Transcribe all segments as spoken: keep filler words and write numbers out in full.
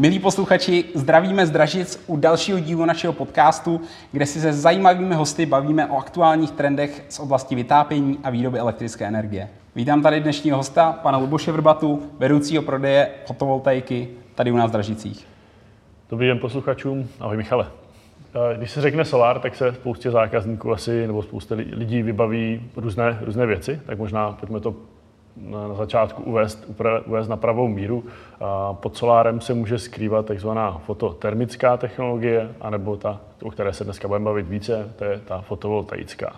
Milí posluchači, zdravíme z Dražic u dalšího dílu našeho podcastu, kde si se zajímavými hosty bavíme o aktuálních trendech z oblasti vytápění a výroby elektrické energie. Vítám tady dnešního hosta, pana Luboše Vrbatu, vedoucího prodeje fotovoltaiky tady u nás v Dražicích. Dobrý den posluchačům, ahoj Michale. Když se řekne solár, tak se spoustě zákazníků asi, nebo spoustě lidí vybaví různé, různé věci, tak možná pojďme to na začátku uvést, uvést na pravou míru. Pod solárem se může skrývat takzvaná fototermická technologie, anebo ta, o které se dneska budeme bavit více, to je ta fotovoltaická.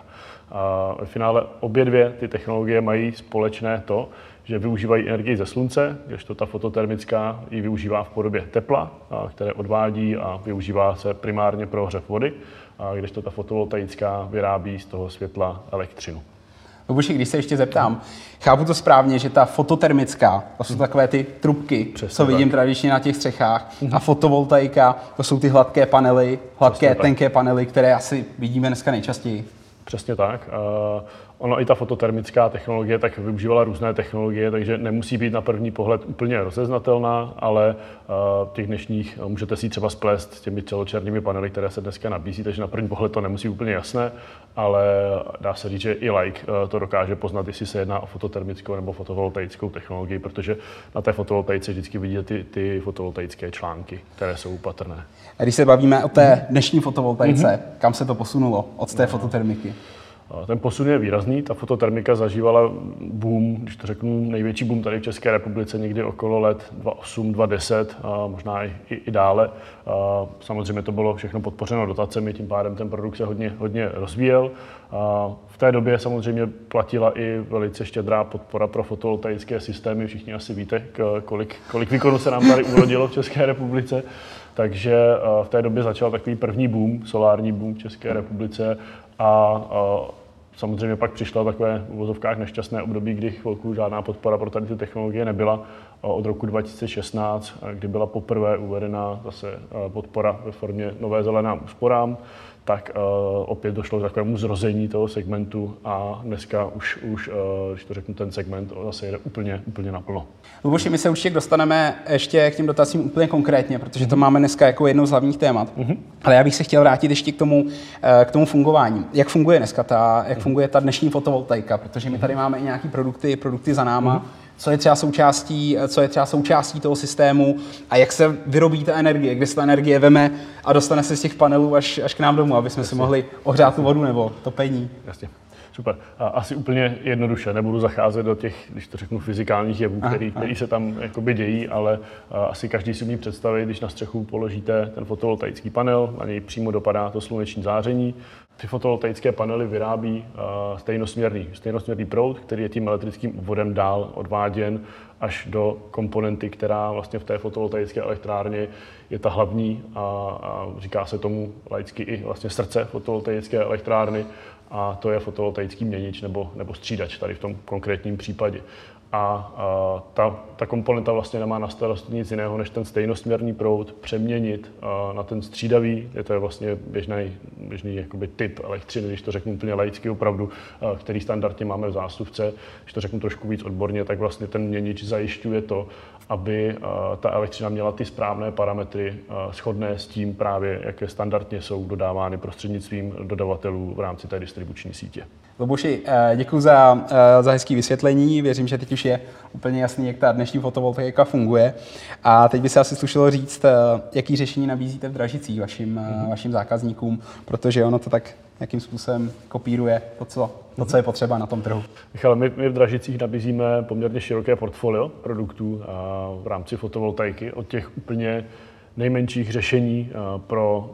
A ve finále obě dvě ty technologie mají společné to, že využívají energii ze slunce, kdežto ta fototermická ji využívá v podobě tepla, které odvádí a využívá se primárně pro ohřev vody, a kdežto ta fotovoltaická vyrábí z toho světla elektřinu. Luboši, když se ještě zeptám, chápu to správně, že ta fototermická, to jsou takové ty trubky, přesně co vidím tak tradičně na těch střechách, a fotovoltaika, to jsou ty hladké panely, hladké, přesně tenké tak panely, které asi vidíme dneska nejčastěji. Přesně tak. Uh, ono i ta fototermická technologie tak využívala různé technologie, takže nemusí být na první pohled úplně rozeznatelná, ale uh, těch dnešních uh, můžete si třeba splést s těmi celočernými panely, které se dneska nabízí, takže na první pohled to nemusí úplně jasné, ale dá se říct, že i like uh, to dokáže poznat, jestli se jedná o fototermickou nebo fotovoltaickou technologii, protože na té fotovoltaice vždycky vidíte ty, ty fotovoltaické články, které jsou patrné. A když se bavíme o té dnešní fotovoltaice, mm-hmm. kam se to posunulo od té no. fototermiky? Ten posun je výrazný, ta fototermika zažívala boom, když to řeknu, největší boom tady v České republice někdy okolo let dva tisíce osm, dva tisíce deset, a možná i, i, i dále. A samozřejmě to bylo všechno podpořeno dotacemi, tím pádem ten produkt se hodně, hodně rozvíjel. A v té době samozřejmě platila i velice štědrá podpora pro fotovoltaické systémy, všichni asi víte, kolik, kolik výkonu se nám tady urodilo v České republice. Takže v té době začal takový první boom, solární boom v České republice a, a samozřejmě pak přišla takové v uvozovkách nešťastné období, kdy chvilku žádná podpora pro tady ty technologie nebyla. Od roku dva tisíce šestnáct, kdy byla poprvé uvedena zase podpora ve formě nové zelená úsporám, tak uh, opět došlo k takovému zrození toho segmentu a dneska už, už uh, když to řeknu, ten segment zase jede úplně, úplně naplno. Luboši, my se určitě dostaneme ještě k těm dotacím úplně konkrétně, protože to máme dneska jako jedno z hlavních témat. Mm-hmm. Ale já bych se chtěl vrátit ještě k tomu, k tomu fungování. Jak funguje dneska ta, jak funguje ta dnešní fotovoltaika, protože my tady máme i nějaké produkty, produkty za náma, mm-hmm. co je třeba součástí, co je třeba součástí toho systému a jak se vyrobí ta energie, kde se ta energie veme a dostane se z těch panelů až, až k nám domů, aby jsme Jasně. si mohli ohřát tu vodu nebo topení. Jasně. Super. A asi úplně jednoduše, nebudu zacházet do těch, když to řeknu, fyzikálních jevů, aha, který, aha. který se tam jakoby dějí, ale asi každý si umí představit, když na střechu položíte ten fotovoltaický panel, na něj přímo dopadá to sluneční záření. Ty fotovoltaické panely vyrábí uh, stejnosměrný, stejnosměrný proud, který je tím elektrickým obvodem dál odváděn až do komponenty, která vlastně v té fotovoltaické elektrárně je ta hlavní a, a říká se tomu laicky i vlastně srdce fotovoltaické elektrárny a to je fotovoltaický měnič nebo, nebo střídač tady v tom konkrétním případě. A, a ta, ta komponenta vlastně nemá na starosti nic jiného, než ten stejnosměrný proud přeměnit a, na ten střídavý. Je to vlastně běžný, běžný jakoby typ elektřiny, když to řeknu úplně laicky opravdu, a, který standardně máme v zásuvce. Když to řeknu trošku víc odborně, tak vlastně ten měnič zajišťuje to, aby a, ta elektřina měla ty správné parametry a, shodné s tím právě, jaké standardně jsou dodávány prostřednictvím dodavatelů v rámci té distribuční sítě. Luboši, děkuji za, za hezké vysvětlení. Věřím, že teď už je úplně jasný, jak ta dnešní fotovoltaika funguje. A teď by se asi slušelo říct, jaký řešení nabízíte v Dražicích vašim, mm-hmm. vašim zákazníkům, protože ono to tak jakým způsobem kopíruje to, co, to, co je potřeba na tom trhu. Michal, my, my v Dražicích nabízíme poměrně široké portfolio produktů v rámci fotovoltaiky, od těch úplně nejmenších řešení pro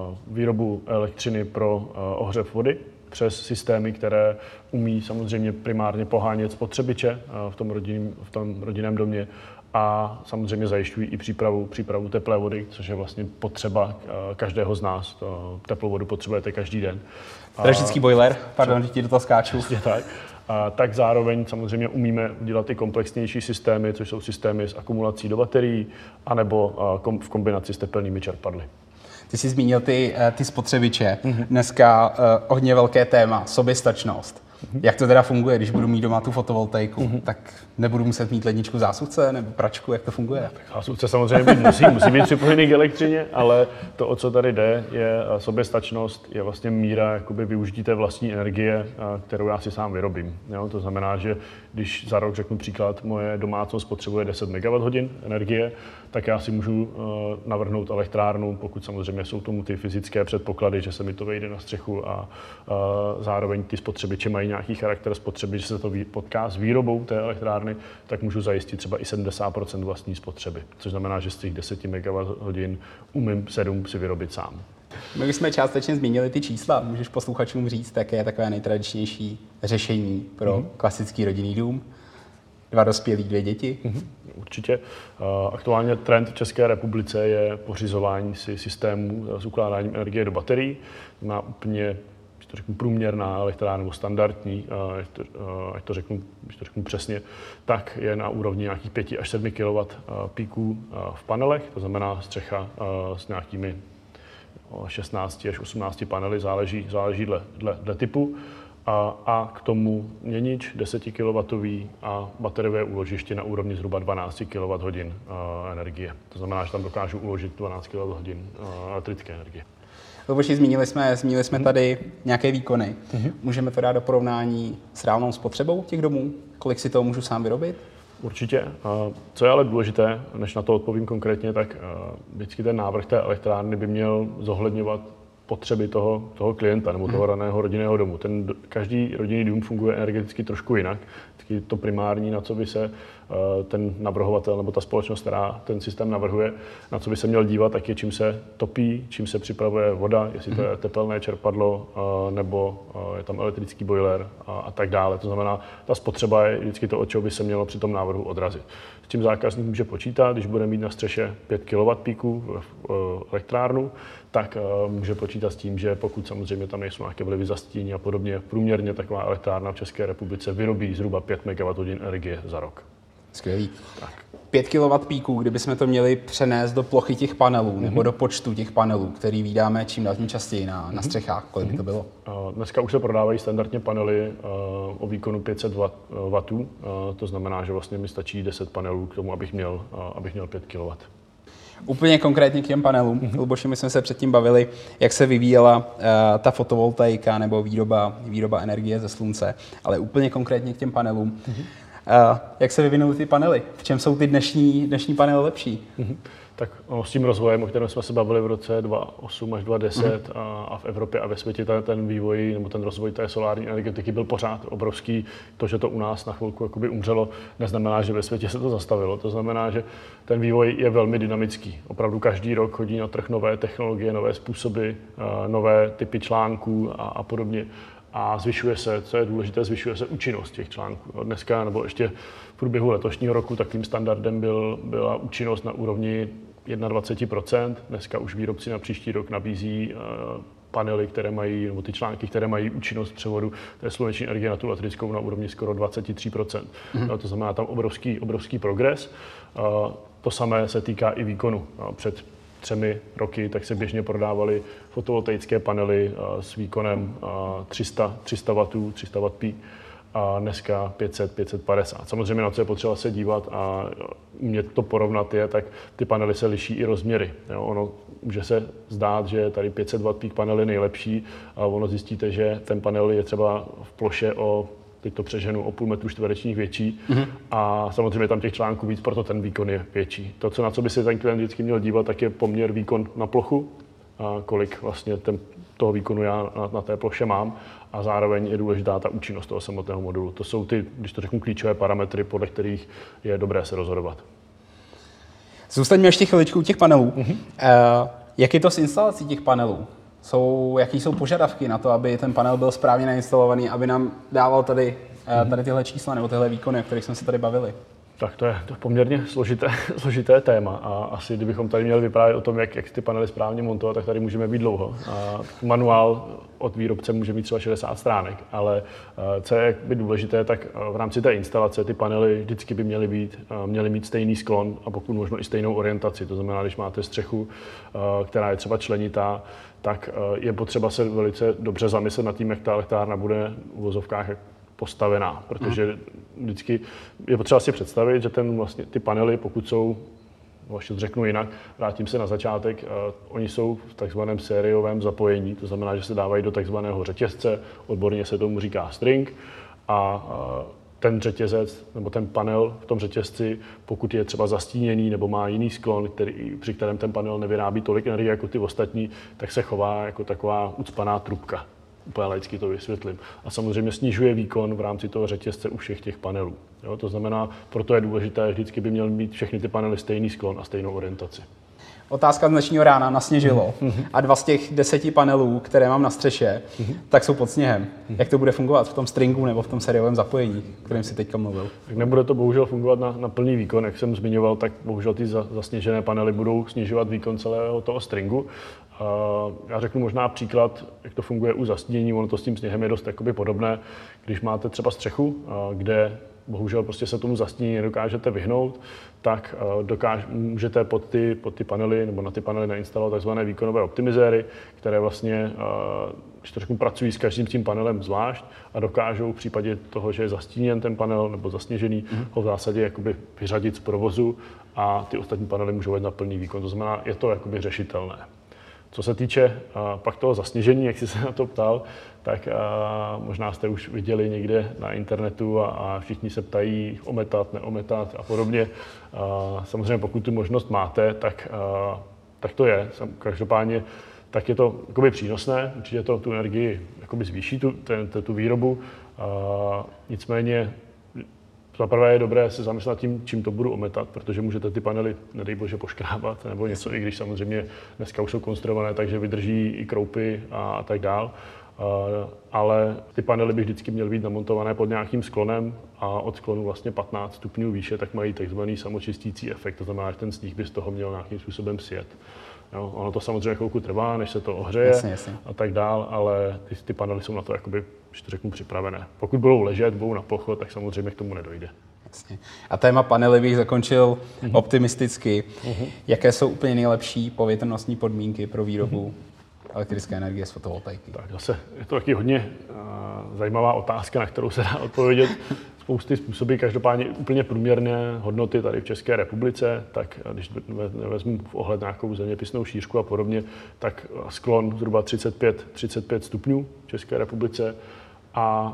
výrobu elektřiny pro ohřev vody, přes systémy, které umí samozřejmě primárně pohánět spotřebiče v tom, rodin, v tom rodinném domě a samozřejmě zajišťují i přípravu, přípravu teplé vody, což je vlastně potřeba každého z nás. Teplou vodu potřebujete každý den. Dražický boiler, pardon, že ti do toho skáču. Tak. A tak zároveň samozřejmě umíme udělat i komplexnější systémy, což jsou systémy s akumulací do baterií, anebo v kombinaci s tepelnými čerpadly. Ty jsi zmínil ty, ty spotřebiče. Mm-hmm. Dneska uh, hodně velké téma, soběstačnost. Jak to teda funguje, když budu mít doma tu fotovoltaiku, mm-hmm. tak nebudu muset mít ledničku zásuvce nebo pračku, jak to funguje? Tak zásuvce samozřejmě být musí, musí být připojený k elektřině, ale to, o co tady jde, je soběstačnost, je vlastně míra jakoby využití té vlastní energie, kterou já si sám vyrobím. Jo? To znamená, že když za rok, řeknu příklad, moje domácnost potřebuje deset megawatthodin energie, tak já si můžu uh, navrhnout elektrárnu, pokud samozřejmě jsou tomu ty fyzické předpoklady, že se mi to vejde na střechu a uh, zároveň ty spotřebiče mají nějaký charakter spotřeby, že se to potká s výrobou té elektrárny, tak můžu zajistit třeba i sedmdesát procent vlastní spotřeby, což znamená, že z těch deset megawatthodin umím sedm si vyrobit sám. My už jsme částečně zmínili ty čísla. Můžeš posluchačům říct, jaké je takové nejtradičnější řešení pro mm-hmm. klasický rodinný dům? Dva dospělí, dvě děti? Mm-hmm. Určitě. Aktuálně trend v České republice je pořizování si systémů s ukládáním energie do baterií. Má úplně, když to řeknu, průměrná elektrárna nebo standardní, ať to, ať to řeknu, když to řeknu přesně, tak je na úrovni nějakých pět až sedm kilowattpíků v panelech, to znamená střecha s nějakými šestnáct až osmnáct panely, záleží, záleží dle, dle, dle typu. A, a k tomu měnič deset kilowattový a bateriové úložiště na úrovni zhruba dvanáct kilowatthodin uh, energie. To znamená, že tam dokážu uložit dvanáct kilowatthodin uh, elektrické energie. Luboši, zmínili jsme, zmínili jsme tady nějaké výkony. Mm-hmm. Můžeme to dát do porovnání s reálnou spotřebou těch domů? Kolik si toho můžu sám vyrobit? Určitě. Co je ale důležité, než na to odpovím konkrétně, tak vždycky ten návrh té elektrárny by měl zohledňovat potřeby toho, toho klienta nebo toho daného rodinného domu. Ten, každý rodinný dům funguje energeticky trošku jinak. Taky to primární, na co by se ten navrhovatel nebo ta společnost, která ten systém navrhuje, na co by se měl dívat, tak je, čím se topí, čím se připravuje voda, jestli to je tepelné čerpadlo nebo je tam elektrický boiler a, a tak dále. To znamená, ta spotřeba je vždycky to, od čeho by se mělo při tom návrhu odrazit. S tím zákazník může počítat, když bude mít na střeše pět kilowattpíků elektrárnu, tak uh, může počítat s tím, že pokud samozřejmě tam nejsou nějaké vlivy zastínění a podobně, průměrně taková elektrárna v České republice vyrobí zhruba pět megawatthodin energie za rok. Skvělý. Tak. pět kilowattpíků, kdybychom to měli přenést do plochy těch panelů, mm-hmm. nebo do počtu těch panelů, který vídáme čím dál tím častěji na, mm-hmm. na střechách, kolik by to bylo? Uh, dneska už se prodávají standardně panely uh, o výkonu pět set wattů, uh, to znamená, že vlastně mi stačí deset panelů k tomu, abych měl, uh, abych měl pět kilowattů. Úplně konkrétně k těm panelům. Mm-hmm. Luboši, my jsme se předtím bavili, jak se vyvíjela uh, ta fotovoltaika nebo výroba, výroba energie ze slunce, ale úplně konkrétně k těm panelům. Mm-hmm. Uh, jak se vyvinuly ty panely? V čem jsou ty dnešní, dnešní panely lepší? Mm-hmm. Tak no, s tím rozvojem, o kterém jsme se bavili v roce dva tisíce osm až dva tisíce deset mm-hmm. a, a v Evropě a ve světě ten, ten vývoj nebo ten rozvoj té solární energetiky byl pořád obrovský. To, že to u nás na chvilku jakoby umřelo, neznamená, že ve světě se to zastavilo. To znamená, že ten vývoj je velmi dynamický. Opravdu každý rok chodí na trh nové technologie, nové způsoby, nové typy článků a, a podobně. A zvyšuje se, co je důležité, zvyšuje se účinnost těch článků. Dneska nebo ještě v průběhu letošního roku takovým standardem byl, byla účinnost na úrovni dvacet jedna procent. Dneska už výrobci na příští rok nabízí uh, panely, které mají, nebo ty články, které mají účinnost převodu té sluneční energie na tu elektrickou na úrovni skoro dvacet tři procent. Mm-hmm. No, to znamená tam obrovský, obrovský progres. Uh, to samé se týká i výkonu. No, před třemi roky tak se běžně prodávaly fotovoltaické panely uh, s výkonem uh, tři sta, tři sta wattů, tři sta wattpí. A dneska pět set, pět set padesát. Samozřejmě na co je potřeba se dívat a umět to porovnat je, tak ty panely se liší i rozměry. Jo, ono může se zdát, že tady pět set wattů panel je nejlepší, a ono zjistíte, že ten panel je třeba v ploše o, teď to přeženu, o půl metru čtverečních větší mm-hmm. a samozřejmě tam těch článků víc, proto ten výkon je větší. To, co na co by se ten klient vždycky měl dívat, tak je poměr výkon na plochu, a kolik vlastně ten, toho výkonu já na, na té ploše mám. A zároveň je důležitá ta účinnost toho samotného modulu. To jsou ty, když to řeknu, klíčové parametry, podle kterých je dobré se rozhodovat. Zůstaňme ještě chviličku u těch panelů. Mm-hmm. Uh, jak je to s instalací těch panelů? Jsou, jaký jsou požadavky na to, aby ten panel byl správně nainstalovaný, aby nám dával tady, uh, tady tyhle čísla nebo tyhle výkony, o kterých jsme se tady bavili? Tak to je to poměrně složité, složité téma a asi kdybychom tady měli vyprávět o tom, jak, jak ty panely správně montovat, tak tady můžeme být dlouho. A manuál od výrobce může mít třeba šedesát stránek, ale co je by důležité, tak v rámci té instalace ty panely vždycky by měly, být, měly mít stejný sklon a pokud možno i stejnou orientaci. To znamená, když máte střechu, která je třeba členitá, tak je potřeba se velice dobře zamyslet nad tím, jak ta elektrárna bude v uvozovkách postavená, protože vždycky je potřeba si představit, že ten vlastně, ty panely, pokud jsou, vlastně řeknu jinak, vrátím se na začátek, uh, oni jsou v takzvaném sériovém zapojení, to znamená, že se dávají do takzvaného řetězce, odborně se tomu říká string, a uh, ten řetězec nebo ten panel v tom řetězci, pokud je třeba zastíněný nebo má jiný sklon, který, při kterém ten panel nevyrábí tolik energie jako ty ostatní, tak se chová jako taková ucpaná trubka. Úplně laicky to vysvětlím. A samozřejmě snižuje výkon v rámci toho řetězce u všech těch panelů. Jo, to znamená, proto je důležité, vždycky by měl mít všechny ty panely stejný sklon a stejnou orientaci. Otázka z dnešního rána, nasněžilo mm-hmm. a dva z těch deseti panelů, které mám na střeše, mm-hmm. tak jsou pod sněhem. Mm-hmm. Jak to bude fungovat v tom stringu nebo v tom sériovém zapojení, o kterém si teďka mluvil? Tak nebude to bohužel fungovat na, na plný výkon, jak jsem zmiňoval, tak bohužel ty zasněžené panely budou snižovat výkon celého toho stringu. Uh, já řeknu možná příklad, jak to funguje u zastínění, ono to s tím sněhem je dost jakoby podobné. Když máte třeba střechu, uh, kde bohužel prostě se tomu zastínění nedokážete vyhnout, tak uh, dokáž, můžete pod ty, pod ty panely nebo na ty panely nainstalovat takzvané výkonové optimizéry, které vlastně, uh, když to řeknu, pracují s každým tím panelem zvlášť a dokážou v případě toho, že je zastíněn ten panel nebo zasněžený, mm-hmm. ho v zásadě jakoby vyřadit z provozu a ty ostatní panely můžou jít na plný výkon. To znamená, je to jakoby řešitelné. Co se týče uh, pak toho zasněžení, jak jsi se na to ptal, tak uh, možná jste už viděli někde na internetu a, a všichni se ptají ometat, neometat a podobně. Uh, samozřejmě pokud tu možnost máte, tak, uh, tak to je. Každopádně tak je to jakoby přínosné, určitě to tu energii jakoby zvýší, tu, ten, tu výrobu. Uh, nicméně za prvé je dobré se zamyslet nad tím, čím to budu ometat, protože můžete ty panely, nedej bože, poškrábat nebo něco, i když samozřejmě dneska už jsou konstruované, takže vydrží i kroupy a tak dál. Ale ty panely by vždycky měly být namontované pod nějakým sklonem a od sklonu vlastně patnáct stupňů výše, tak mají takzvaný samočistící efekt, to znamená, že ten sníh by z toho měl nějakým způsobem sjet. Jo, ono to samozřejmě chvilku trvá, než se to ohřeje jasně, jasně. a tak dál, ale ty, ty panely jsou na to jakoby, že to řeknu, připravené. Pokud budou ležet, budou na pochod, tak samozřejmě k tomu nedojde. Jasně. A téma panely bych zakončil mm-hmm. optimisticky. Mm-hmm. Jaké jsou úplně nejlepší povětrnostní podmínky pro výrobu mm-hmm. elektrické energie z fotovoltaiky? Tak zase je to taky hodně uh, zajímavá otázka, na kterou se dá odpovědět spousty způsoby. Každopádně úplně průměrné hodnoty tady v České republice, tak když vezmu v ohled nějakou zeměpisnou šířku a podobně, tak sklon zhruba třicet pět, třicet pět stupňů v České republice a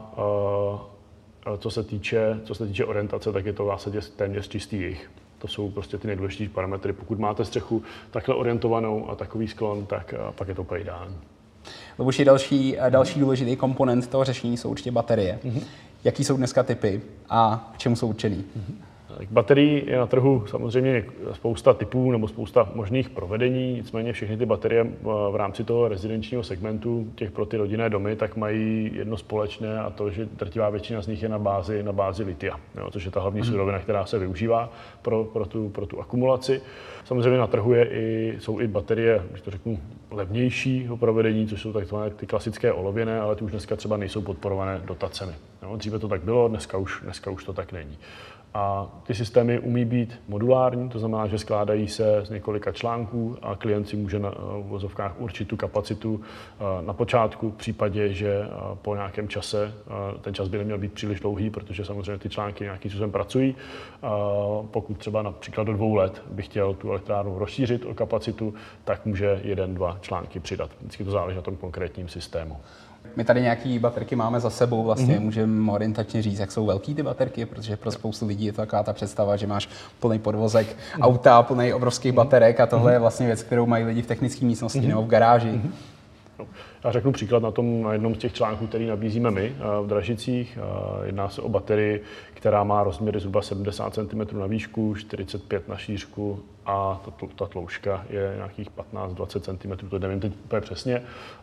uh, co se týče, co se týče orientace, tak je to v zásadě téměř čistý jih. To jsou prostě ty nejdůležitější parametry. Pokud máte střechu takhle orientovanou a takový sklon, tak uh, pak je to úplně ideální. Luboši, další, další důležitý komponent toho řešení jsou určitě baterie. Mm-hmm. Jaký jsou dneska typy a k čemu jsou určený? Mm-hmm. Baterií je na trhu samozřejmě spousta typů nebo spousta možných provedení, nicméně všechny ty baterie v rámci toho rezidenčního segmentu, těch pro ty rodinné domy, tak mají jedno společné a to, že drtivá většina z nich je na bázi, na bázi litia, jo, což je ta hlavní surovina, která se využívá pro, pro, tu, pro tu akumulaci. Samozřejmě na trhu je i, jsou i baterie, když to řeknu, levnějšího provedení, což jsou takzvané ty klasické olověné, ale ty už dneska třeba nejsou podporované dotacemi. Jo, dříve to tak bylo, dneska už, dneska už to tak není. A ty systémy umí být modulární, to znamená, že skládají se z několika článků a klient si může na vozovkách určit tu kapacitu na počátku v případě, že po nějakém čase, ten čas by neměl být příliš dlouhý, protože samozřejmě ty články nějakým způsobem pracují. Pokud třeba například do dvou let by chtěl tu elektrárnu rozšířit o kapacitu, tak může jeden, dva články přidat. Vždycky to záleží na tom konkrétním systému. My tady nějaký baterky máme za sebou, vlastně mm-hmm. můžeme orientačně říct, jak jsou velký ty baterky, protože pro spoustu lidí je to taková ta představa, že máš plný podvozek mm-hmm. auta, plný obrovských mm-hmm. baterek a tohle mm-hmm. je vlastně věc, kterou mají lidi v technické místnosti mm-hmm. nebo v garáži. Mm-hmm. No. Já řeknu příklad na tom, na jednom z těch článků, který nabízíme my v Dražicích. Jedná se o baterii, která má rozměry zhruba sedmdesát centimetrů na výšku, čtyřicet pět na šířku a ta, ta tloušťka je nějakých patnáct dvacet centimetrů, to nevím teď úplně přesně.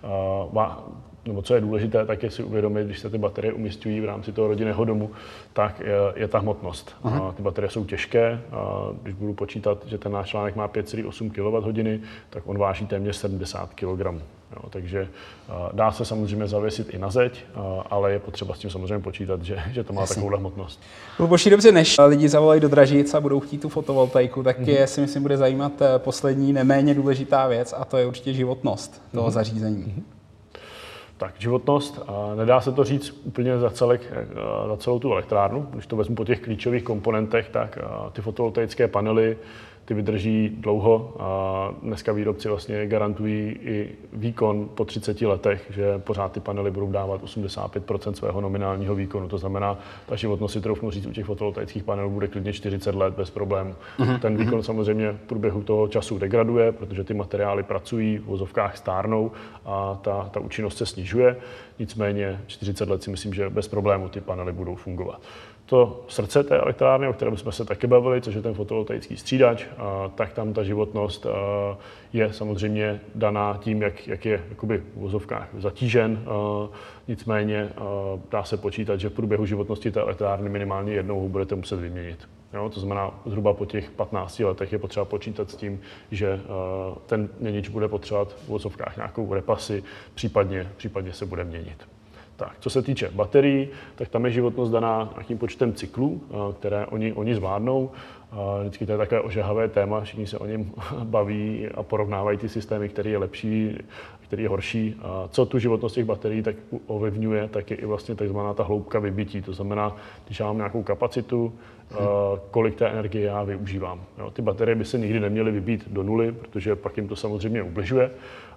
Nebo co je důležité, tak je si uvědomit, když se ty baterie umísťují v rámci toho rodinného domu, tak je, je ta hmotnost. A ty baterie jsou těžké. A když budu počítat, že ten náš článek má pět celá osm kilowatthodin, tak on váží téměř sedmdesát kilogramů. Jo, takže dá se samozřejmě zavěsit i na zeď, ale je potřeba s tím samozřejmě počítat, že, že to má Jasně. takovou hmotnost. Luboši, dobře, než lidi zavolají do Dražic a budou chtít tu fotovoltaiku, tak mm-hmm. je, si myslím, bude zajímat poslední neméně důležitá věc a to je určitě životnost toho mm-hmm. zařízení. Mm-hmm. Tak životnost, nedá se to říct úplně za, celek, za celou tu elektrárnu. Když to vezmu po těch klíčových komponentech, tak ty fotovoltaické panely, ty vydrží dlouho a dneska výrobci vlastně garantují i výkon po třiceti letech, že pořád ty panely budou dávat osmdesát pět procent svého nominálního výkonu. To znamená, ta životnost, si troufnu říct, u těch fotovoltaických panelů bude klidně čtyřicet let bez problémů. Uh-huh. Ten výkon samozřejmě v průběhu toho času degraduje, protože ty materiály pracují, v vozovkách stárnou a ta, ta účinnost se snižuje. Nicméně čtyřicet let si myslím, že bez problému ty panely budou fungovat. To srdce té elektrárny, o kterém jsme se taky bavili, což je ten fotovoltaický střídač, tak tam ta životnost je samozřejmě daná tím, jak, jak je jakoby v vozovkách zatížen. Nicméně dá se počítat, že v průběhu životnosti té elektrárny minimálně jednou ho budete muset vyměnit. Jo, to znamená, zhruba po těch patnácti letech je potřeba počítat s tím, že ten měnič bude potřebovat v vozovkách nějakou repasy, případně, případně se bude měnit. Tak, co se týče baterií, tak tam je životnost daná nějakým počtem cyklů, které oni, oni zvládnou. Vždycky to je takové ožehavé téma, všichni se o něm baví a porovnávají ty systémy, který je lepší, který je horší. Co tu životnost těch baterií tak ovlivňuje, tak je i vlastně takzvaná ta hloubka vybití. To znamená, když já mám nějakou kapacitu, kolik té energie já využívám. Jo, ty baterie by se nikdy neměly vybít do nuly, protože pak jim to samozřejmě ubližuje.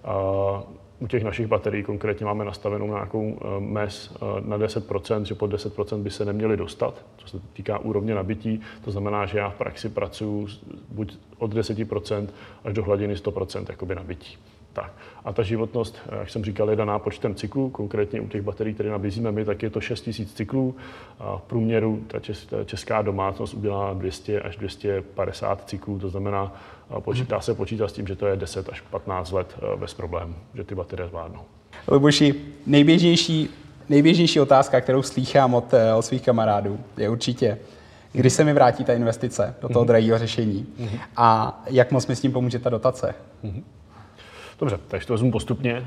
U těch našich baterií konkrétně máme nastavenou nějakou mez na deset procent, že pod deset procent by se neměly dostat, co se týká úrovně nabití. To znamená, že já v praxi pracuji buď od deset procent až do hladiny sto procent jakoby nabití. Tak. A ta životnost, jak jsem říkal, je daná počtem cyklů. Konkrétně u těch baterií, které nabízíme my, tak je to šest tisíc cyklů. A v průměru ta česká domácnost udělá dvě stě až dvě stě padesát cyklů. To znamená, počítá se počítat s tím, že to je deset až patnáct let bez problémů, že ty baterie zvládnou. Luboši, nejběžnější, nejběžnější otázka, kterou slýchám od, od svých kamarádů, je určitě, kdy se mi vrátí ta investice do toho drahého řešení a jak moc mi s tím pomůže ta dotace? Dobře, takže to vezmu postupně.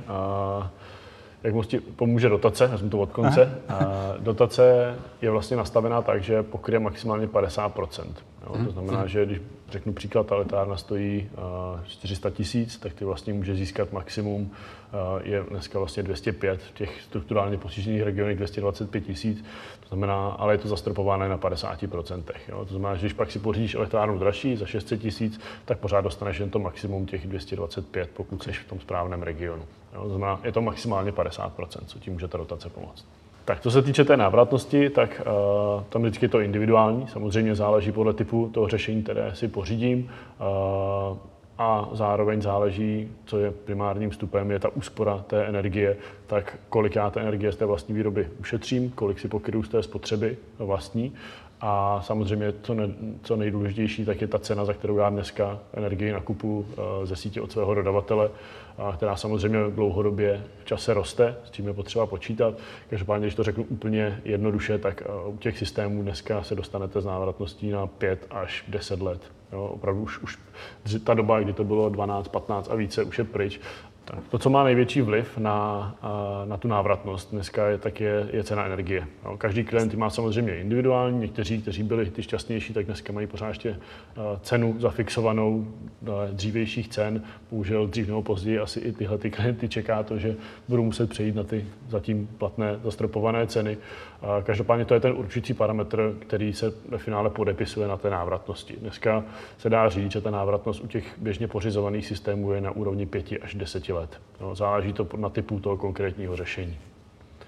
Jak moc ti pomůže dotace? Vezmu to od konce. Dotace je vlastně nastavená tak, že pokryje maximálně padesát procent. Jo? To znamená, že když řeknu příklad, ta elektrárna stojí čtyři sta tisíc, tak ty vlastně může získat maximum, je dneska vlastně dvě stě pět, v těch strukturálně postižených regionech dvě stě dvacet pět tisíc, to znamená, ale je to zastropované na padesát procent. Jo? To znamená, že když pak si pořídíš elektrárnu dražší za šest set tisíc, tak pořád dostaneš jen to maximum těch dvě stě dvacet pět, pokud jsi v tom správném regionu. Jo? To znamená, je to maximálně padesát procent, co ti může ta dotace pomoct. Tak, co se týče té návratnosti, tak uh, tam vždycky je to individuální. Samozřejmě záleží podle typu toho řešení, které si pořídím. Uh, a zároveň záleží, co je primárním vstupem, je ta úspora té energie, tak kolik já té energie z té vlastní výroby ušetřím, kolik si pokryju z té spotřeby vlastní. A samozřejmě, co, ne, co nejdůležitější, tak je ta cena, za kterou já dneska energii nakupuji ze sítě od svého dodavatele, která samozřejmě dlouhodobě v čase roste, s tím je potřeba počítat. Každopádně, když to řeknu úplně jednoduše, tak u těch systémů dneska se dostanete s návratností na pět až deset let. Jo, opravdu už, už ta doba, kdy to bylo dvanáct, patnáct a více, už je pryč. To, co má největší vliv na, na tu návratnost dneska, je, tak je, je cena energie. Každý klient má samozřejmě individuální, někteří, kteří byli ty šťastnější, tak dneska mají pořád ještě cenu zafixovanou dřívějších cen. Bohužel dřív nebo později asi i tyhle ty klienty čeká to, že budou muset přejít na ty zatím platné zastropované ceny. Každopádně to je ten určující parametr, který se ve finále podepisuje na té návratnosti. Dneska se dá říct, že ta návratnost u těch běžně pořizovaných systémů je na úrovni pěti až deseti let. No, záleží to na typu toho konkrétního řešení.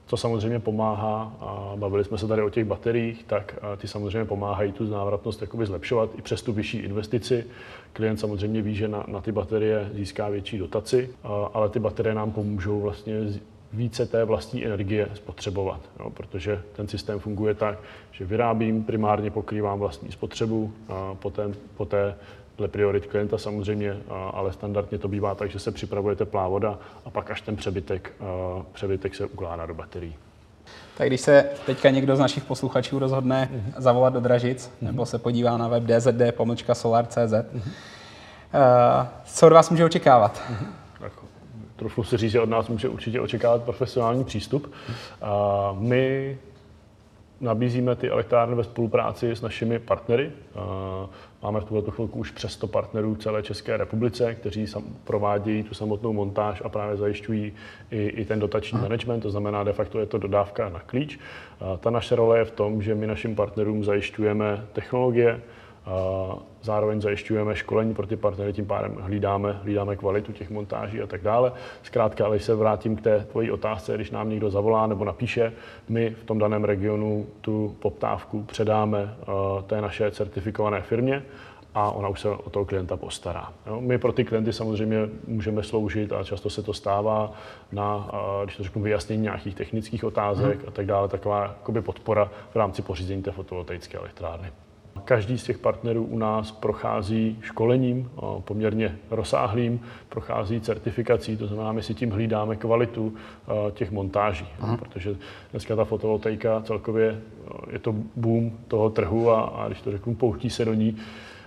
Co samozřejmě pomáhá, a bavili jsme se tady o těch bateriích, tak ty samozřejmě pomáhají tu návratnost jakoby zlepšovat i přes tu vyšší investici. Klient samozřejmě ví, že na, na ty baterie získá větší dotaci, ale ty baterie nám pomůžou vlastně více té vlastní energie spotřebovat, jo, protože ten systém funguje tak, že vyrábím, primárně pokrývám vlastní spotřebu, a poté, poté dle priorit klienta samozřejmě, ale standardně to bývá tak, že se připravuje teplá voda a pak až ten přebytek, přebytek se ukládá do baterií. Tak když se teďka někdo z našich posluchačů rozhodne uh-huh. zavolat do Dražic, uh-huh. nebo se podívá na web d z d pomlčka solar tečka c z, uh-huh. uh, co od vás může očekávat? Uh-huh. Tak, trochu si říct, že od nás může určitě očekávat profesionální přístup. Uh, my nabízíme ty elektrárny ve spolupráci s našimi partnery. Máme v tuto chvilku už přes sto partnerů v celé České republice, kteří provádějí tu samotnou montáž a právě zajišťují i, i ten dotační management, to znamená de facto je to dodávka na klíč. Ta naše role je v tom, že my našim partnerům zajišťujeme technologie, zároveň zajišťujeme školení pro ty partnery, tím pádem hlídáme, hlídáme kvalitu těch montáží a tak dále. Zkrátka, ale se vrátím k té tvojí otázce, když nám někdo zavolá nebo napíše, my v tom daném regionu tu poptávku předáme té naše certifikované firmě a ona už se o toho klienta postará. Jo? My pro ty klienty samozřejmě můžeme sloužit a často se to stává na, když to řeknu, vyjasnění nějakých technických otázek hmm. a tak dále, taková jakoby podpora v rámci pořízení té fotovoltaické elektrárny. Každý z těch partnerů u nás prochází školením poměrně rozsáhlým, prochází certifikací, to znamená, my si tím hlídáme kvalitu těch montáží, Aha. protože dneska ta fotovoltaika celkově je to boom toho trhu a, a když to řeknu, pouští se do ní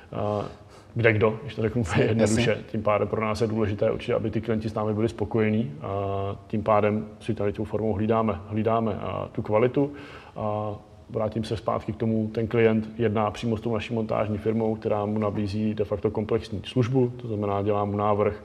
kde kdo, když to řeknu jednoduše. Tím pádem pro nás je důležité určitě, aby ty klienti s námi byli spokojení a tím pádem si tady tou formou hlídáme, hlídáme tu kvalitu. A vrátím se zpátky k tomu, ten klient jedná přímo s tou naší montážní firmou, která mu nabízí de facto komplexní službu, to znamená dělá mu návrh,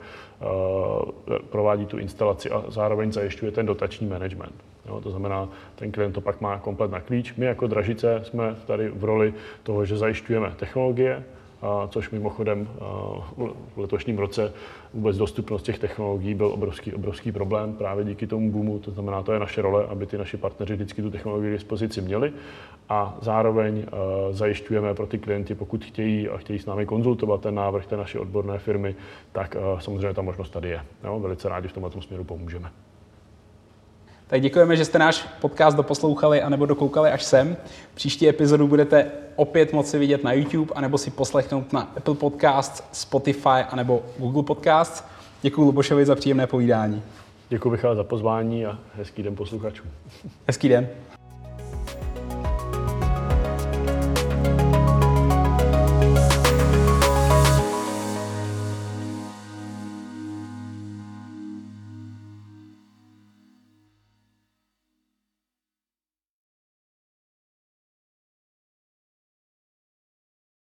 provádí tu instalaci a zároveň zajišťuje ten dotační management. Jo, to znamená, ten klient to pak má komplet na klíč. My jako Dražice jsme tady v roli toho, že zajišťujeme technologie, a což mimochodem v letošním roce vůbec dostupnost těch technologií byl obrovský, obrovský problém právě díky tomu boomu. To znamená, to je naše role, aby ty naši partneři vždycky tu technologii k dispozici měli a zároveň zajišťujeme pro ty klienty, pokud chtějí a chtějí s námi konzultovat ten návrh té naší odborné firmy, tak samozřejmě ta možnost tady je. Jo, velice rádi v tomto směru pomůžeme. Tak děkujeme, že jste náš podcast doposlouchali anebo dokoukali až sem. Příští epizodu budete opět moci vidět na YouTube anebo si poslechnout na Apple Podcasts, Spotify anebo Google Podcasts. Děkuji Lubošovi za příjemné povídání. Děkuji, Michale, za pozvání a hezký den posluchačům. Hezký den.